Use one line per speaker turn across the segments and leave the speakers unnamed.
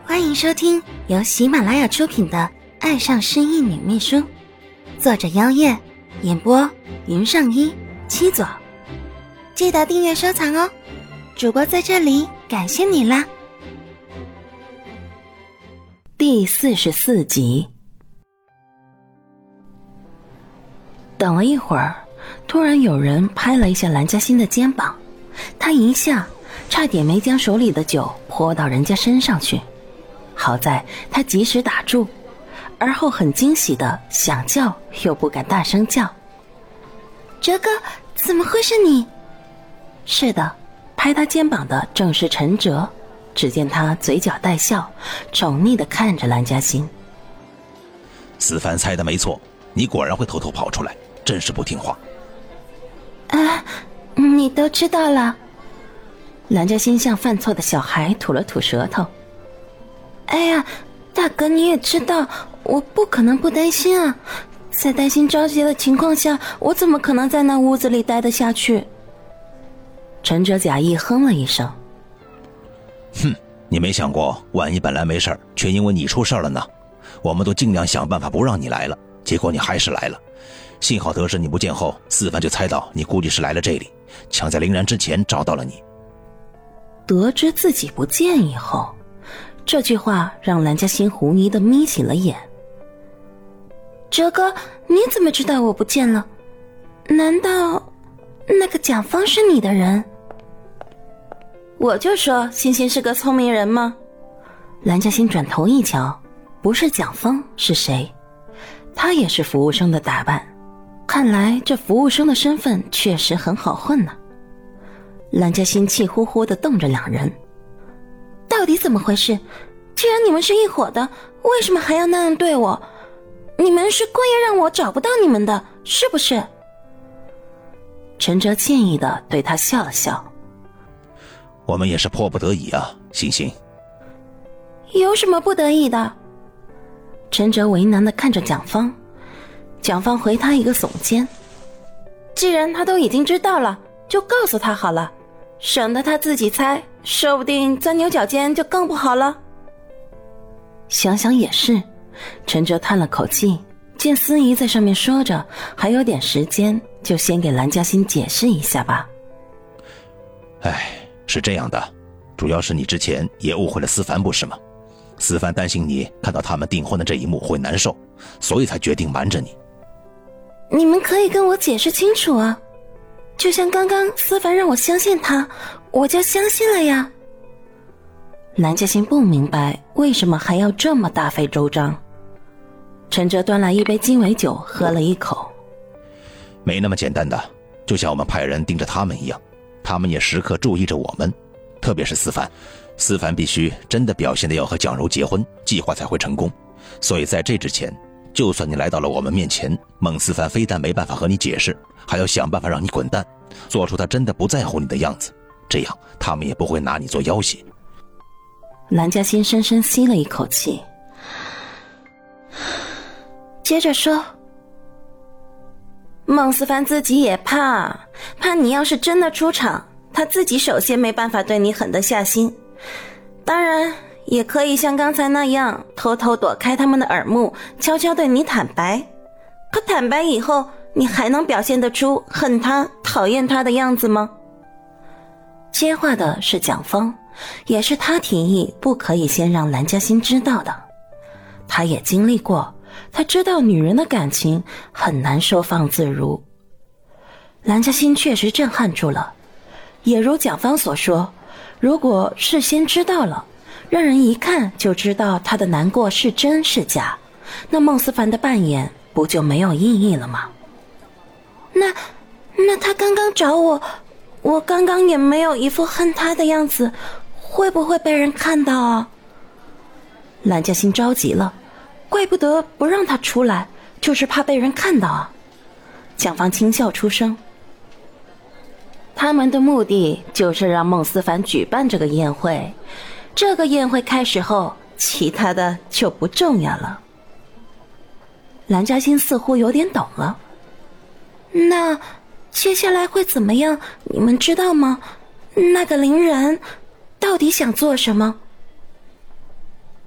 欢迎收听由喜马拉雅出品的《爱上失忆女秘书》，作者妖夜，演播云上一七左。记得订阅收藏哦，主播在这里感谢你啦。
第44集。等了一会儿，突然有人拍了一下蓝嘉欣的肩膀，他一下差点没将手里的酒泼到人家身上去，好在他及时打住，而后很惊喜的想叫又不敢大声叫。
哲哥，怎么会是你？
是的，拍他肩膀的正是陈哲，只见他嘴角带笑，宠溺地看着蓝嘉欣。
思凡猜的没错，你果然会偷偷跑出来，真是不听话。
你都知道了。
蓝嘉欣像犯错的小孩吐了吐舌头。
哎呀，大哥你也知道，我不可能不担心啊，在担心着急的情况下，我怎么可能在那屋子里待得下去？
陈哲假意哼了一声。
哼，你没想过万一本来没事却因为你出事了呢？我们都尽量想办法不让你来了，结果你还是来了。幸好得知你不见后，思凡就猜到你估计是来了这里，抢在林然之前找到了你。
得知自己不见以后，这句话让蓝嘉欣狐疑地眯起了眼。
哲哥，你怎么知道我不见了？难道那个蒋峰是你的人？
我就说欣欣是个聪明人吗？蓝嘉欣转头一瞧，不是蒋峰是谁？他也是服务生的打扮，看来这服务生的身份确实很好混呢。蓝嘉欣气呼呼地瞪着两人。
到底怎么回事？既然你们是一伙的，为什么还要那样对我？你们是故意让我找不到你们的，是不是？
陈哲歉意地对他笑了笑。
我们也是迫不得已啊，欣欣。
有什么不得已的？
陈哲为难地看着蒋芳，蒋芳回他一个耸肩。
既然他都已经知道了，就告诉他好了，省得他自己猜，说不定钻牛角尖就更不好了。
想想也是，陈哲叹了口气，见司仪在上面说着还有点时间，就先给蓝嘉欣解释一下吧。
是这样的，主要是你之前也误会了思凡不是吗？思凡担心你看到他们订婚的这一幕会难受，所以才决定瞒着你。
你们可以跟我解释清楚啊，就像刚刚思凡让我相信他，我就相信了呀。
蓝嘉欣不明白为什么还要这么大费周章。陈哲端来一杯鸡尾酒喝了一口。
没那么简单的，就像我们派人盯着他们一样，他们也时刻注意着我们，特别是思凡必须真的表现得要和蒋柔结婚，计划才会成功。所以在这之前，就算你来到了我们面前，孟思凡非但没办法和你解释，还要想办法让你滚蛋，做出他真的不在乎你的样子，这样他们也不会拿你做要挟。
蓝嘉欣深深吸了一口气，
接着说。
孟思凡自己也怕你要是真的出场，他自己首先没办法对你狠得下心，当然也可以像刚才那样偷偷躲开他们的耳目，悄悄对你坦白。可坦白以后，你还能表现得出恨他讨厌他的样子吗？接话的是蒋峰，也是他提议不可以先让蓝嘉欣知道的。他也经历过，他知道女人的感情很难收放自如。蓝嘉欣确实震撼住了，也如蒋芳所说，如果事先知道了，让人一看就知道他的难过是真是假，那孟思凡的扮演不就没有意义了吗？
那他刚刚找我刚刚也没有一副恨他的样子，会不会被人看到啊？
蓝嘉欣着急了，怪不得不让他出来，就是怕被人看到啊。蒋芳轻笑出声，他们的目的就是让孟思凡举办这个宴会，这个宴会开始后，其他的就不重要了。蓝嘉欣似乎有点懂了。
那接下来会怎么样？你们知道吗？那个林然到底想做什么？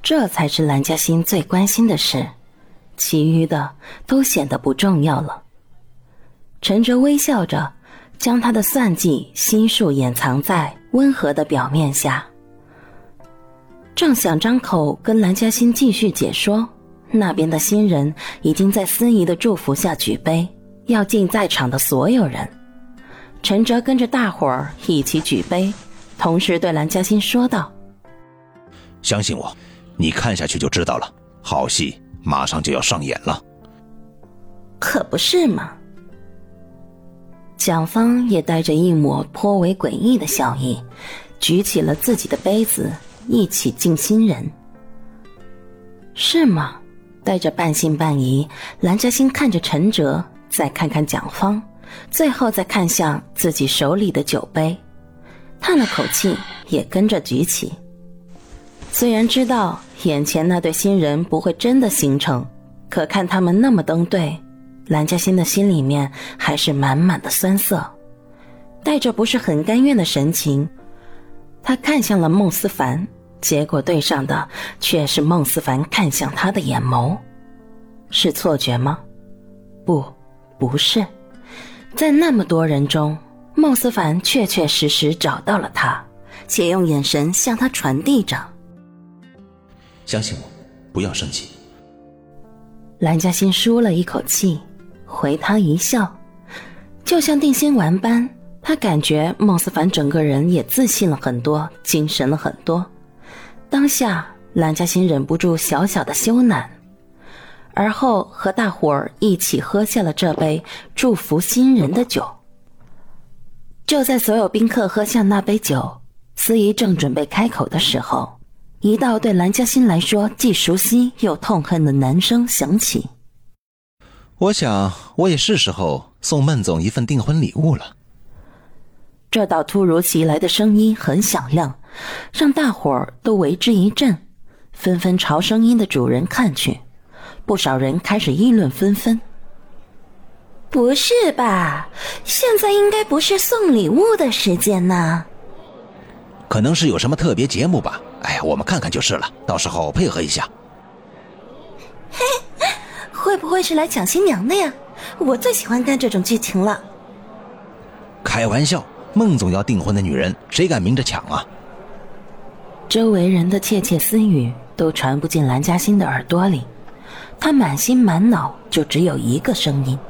这才是蓝嘉欣最关心的事，其余的都显得不重要了。陈哲微笑着，将他的算计心术掩藏在温和的表面下。正想张口跟蓝嘉欣继续解说，那边的新人已经在司仪的祝福下举杯，要敬在场的所有人。陈哲跟着大伙儿一起举杯，同时对蓝嘉欣说道：
相信我，你看下去就知道了，好戏马上就要上演了。
可不是嘛。蒋方也带着一抹颇为诡异的笑意，举起了自己的杯子，一起敬新人。是吗？带着半信半疑，蓝嘉欣看着陈哲，再看看蒋方，最后再看向自己手里的酒杯，叹了口气，也跟着举起。虽然知道眼前那对新人不会真的形成，可看他们那么登对，蓝嘉欣的心里面还是满满的酸涩，带着不是很甘愿的神情，他看向了孟思凡，结果对上的却是孟思凡看向他的眼眸。是错觉吗？不是，在那么多人中，孟思凡确确实实找到了他，且用眼神向他传递着。
相信我，不要生气。
蓝嘉欣舒了一口气，回他一笑，就像定心丸般，他感觉孟思凡整个人也自信了很多，精神了很多。当下蓝嘉欣忍不住小小的羞赧，而后和大伙儿一起喝下了这杯祝福新人的酒。就在所有宾客喝下那杯酒，司仪正准备开口的时候，一道对蓝嘉欣来说既熟悉又痛恨的男声响起：
我想我也是时候送孟总一份订婚礼物了。
这道突如其来的声音很响亮，让大伙儿都为之一振，纷纷朝声音的主人看去。不少人开始议论纷纷。不是吧，现在应该不是送礼物的时间呢。
可能是有什么特别节目吧，哎呀，我们看看就是了，到时候配合一下。
嘿，会不会是来抢新娘的呀？我最喜欢看这种剧情了。
开玩笑，孟总要订婚的女人，谁敢明着抢啊？
周围人的窃窃私语都传不进蓝嘉欣的耳朵里，他满心满脑就只有一个声音：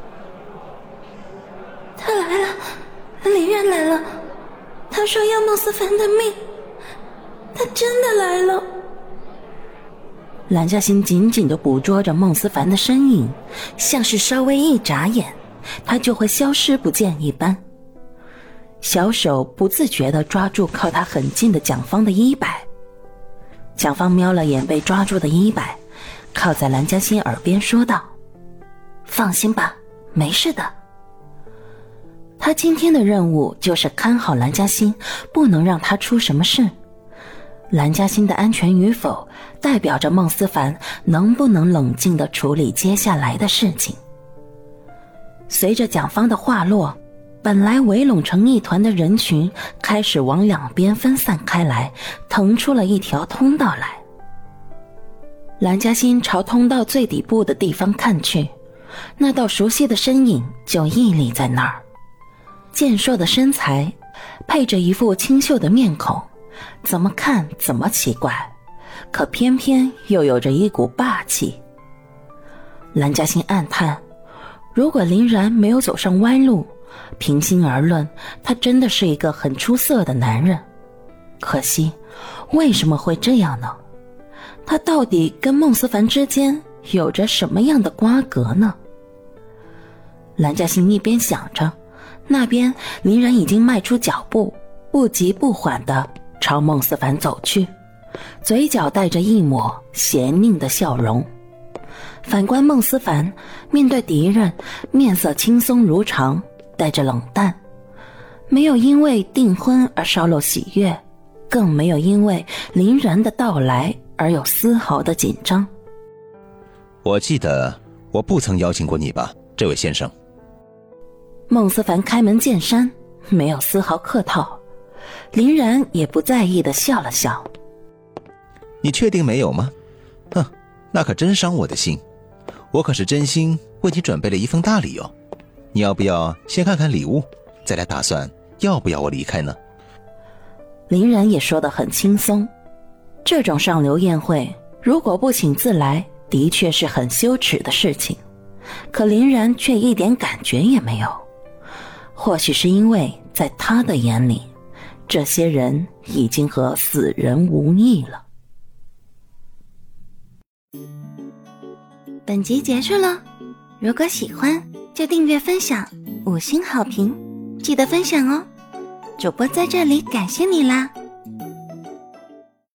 他来了，林然来了，他说要孟思凡的命，他真的来了。蓝嘉欣紧紧地捕捉着孟思凡的身影，像是稍微一眨眼，他就会消失不见一般。小手不自觉地抓住靠他很近的蒋方的衣摆，蒋方瞄了眼被抓住的衣摆，靠在蓝嘉欣耳边说道：放心吧，没事的。他今天的任务就是看好蓝嘉欣，不能让他出什么事。蓝嘉欣的安全与否，代表着孟思凡能不能冷静地处理接下来的事情。随着蒋方的话落，本来围拢成一团的人群开始往两边分散开来，腾出了一条通道来。蓝嘉欣朝通道最底部的地方看去，那道熟悉的身影就屹立在那儿。健硕的身材，配着一副清秀的面孔，怎么看怎么奇怪，可偏偏又有着一股霸气。蓝嘉欣暗叹，如果林然没有走上歪路，平心而论，他真的是一个很出色的男人。可惜，为什么会这样呢？他到底跟孟思凡之间有着什么样的瓜葛呢？蓝嘉欣一边想着，那边林然已经迈出脚步，不急不缓地朝孟思凡走去，嘴角带着一抹邪佞的笑容。反观孟思凡，面对敌人，面色轻松如常，带着冷淡，没有因为订婚而稍露喜悦，更没有因为林然的到来而有丝毫的紧张。
我记得我不曾邀请过你吧，这位先生。
孟思凡开门见山，没有丝毫客套。林然也不在意地笑了笑。
你确定没有吗？ 哼，那可真伤我的心，我可是真心为你准备了一份大礼哦。你要不要先看看礼物，再来打算要不要我离开呢？
林然也说得很轻松，这种上流宴会如果不请自来，的确是很羞耻的事情，可林然却一点感觉也没有。或许是因为在他的眼里，这些人已经和死人无异了。
本集结束了，如果喜欢就订阅分享5星好评，记得分享哦。主播在这里感谢你啦。